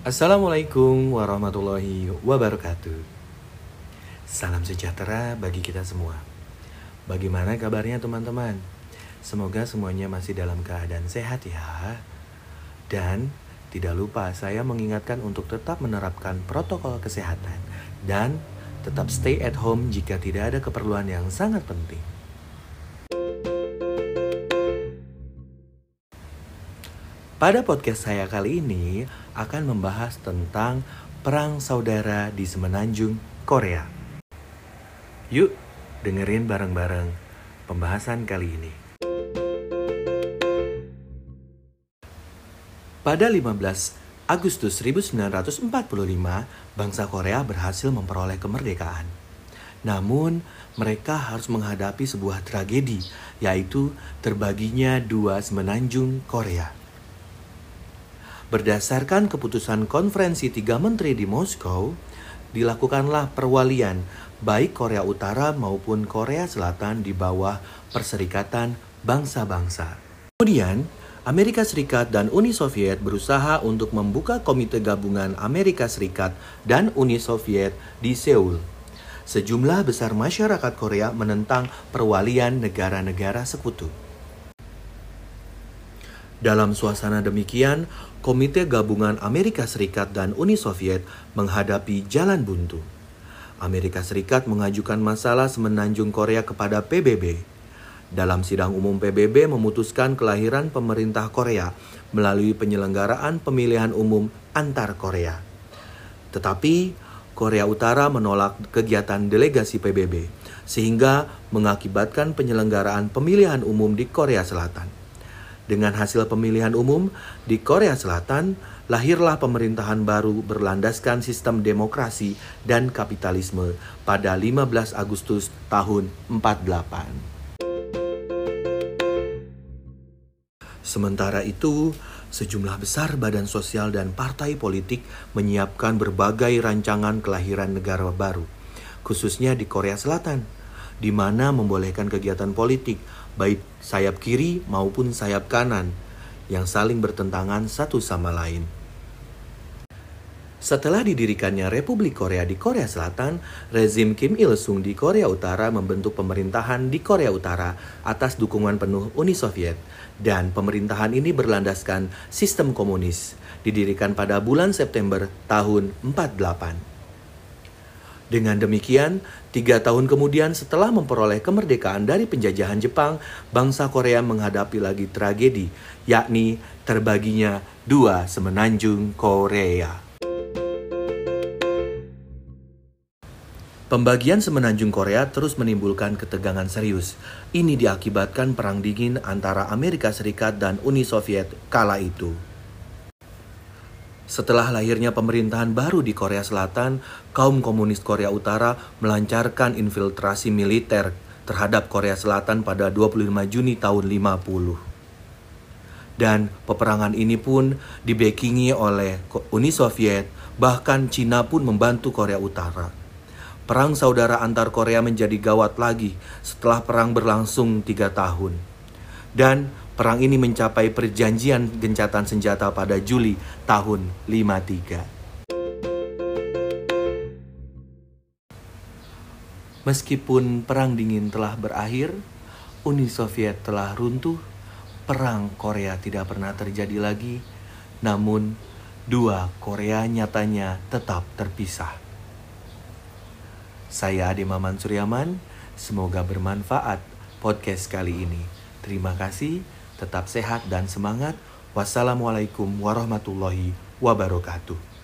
Assalamualaikum warahmatullahi wabarakatuh. Salam sejahtera bagi kita semua. Bagaimana kabarnya teman-teman? Semoga semuanya masih dalam keadaan sehat ya. Dan tidak lupa saya mengingatkan untuk tetap menerapkan protokol kesehatan dan tetap stay at home jika tidak ada keperluan yang sangat penting. Pada podcast saya kali ini akan membahas tentang perang saudara di Semenanjung, Korea. Yuk, dengerin bareng-bareng pembahasan kali ini. Pada 15 Agustus 1945, bangsa Korea berhasil memperoleh kemerdekaan. Namun, mereka harus menghadapi sebuah tragedi, yaitu terbaginya dua semenanjung Korea. Berdasarkan keputusan konferensi 3 menteri di Moskow, dilakukanlah perwalian baik Korea Utara maupun Korea Selatan di bawah Perserikatan Bangsa-Bangsa. Kemudian, Amerika Serikat dan Uni Soviet berusaha untuk membuka Komite Gabungan Amerika Serikat dan Uni Soviet di Seoul. Sejumlah besar masyarakat Korea menentang perwalian negara-negara sekutu. Dalam suasana demikian, Komite Gabungan Amerika Serikat dan Uni Soviet menghadapi jalan buntu. Amerika Serikat mengajukan masalah Semenanjung Korea kepada PBB. Dalam sidang umum PBB memutuskan kelahiran pemerintah Korea melalui penyelenggaraan pemilihan umum antar Korea. Tetapi Korea Utara menolak kegiatan delegasi PBB, sehingga mengakibatkan penyelenggaraan pemilihan umum di Korea Selatan. Dengan hasil pemilihan umum di Korea Selatan, lahirlah pemerintahan baru berlandaskan sistem demokrasi dan kapitalisme pada 15 Agustus tahun 48. Sementara itu, sejumlah besar badan sosial dan partai politik menyiapkan berbagai rancangan kelahiran negara baru, khususnya di Korea Selatan, di mana membolehkan kegiatan politik baik sayap kiri maupun sayap kanan yang saling bertentangan satu sama lain. Setelah didirikannya Republik Korea di Korea Selatan, rezim Kim Il-sung di Korea Utara membentuk pemerintahan di Korea Utara atas dukungan penuh Uni Soviet, dan pemerintahan ini berlandaskan sistem komunis, didirikan pada bulan September tahun 48. Dengan demikian, 3 tahun kemudian setelah memperoleh kemerdekaan dari penjajahan Jepang, bangsa Korea menghadapi lagi tragedi, yakni terbaginya dua semenanjung Korea. Pembagian semenanjung Korea terus menimbulkan ketegangan serius. Ini diakibatkan perang dingin antara Amerika Serikat dan Uni Soviet kala itu. Setelah lahirnya pemerintahan baru di Korea Selatan, kaum komunis Korea Utara melancarkan infiltrasi militer terhadap Korea Selatan pada 25 Juni tahun 50. Dan peperangan ini pun dibackingi oleh Uni Soviet, bahkan Cina pun membantu Korea Utara. Perang saudara antar Korea menjadi gawat lagi setelah perang berlangsung 3 tahun. Dan perang ini mencapai perjanjian gencatan senjata pada Juli tahun 53. Meskipun perang dingin telah berakhir, Uni Soviet telah runtuh, perang Korea tidak pernah terjadi lagi, namun dua Korea nyatanya tetap terpisah. Saya Ade Maman Suryaman, semoga bermanfaat podcast kali ini. Terima kasih. Tetap sehat dan semangat. Wassalamualaikum warahmatullahi wabarakatuh.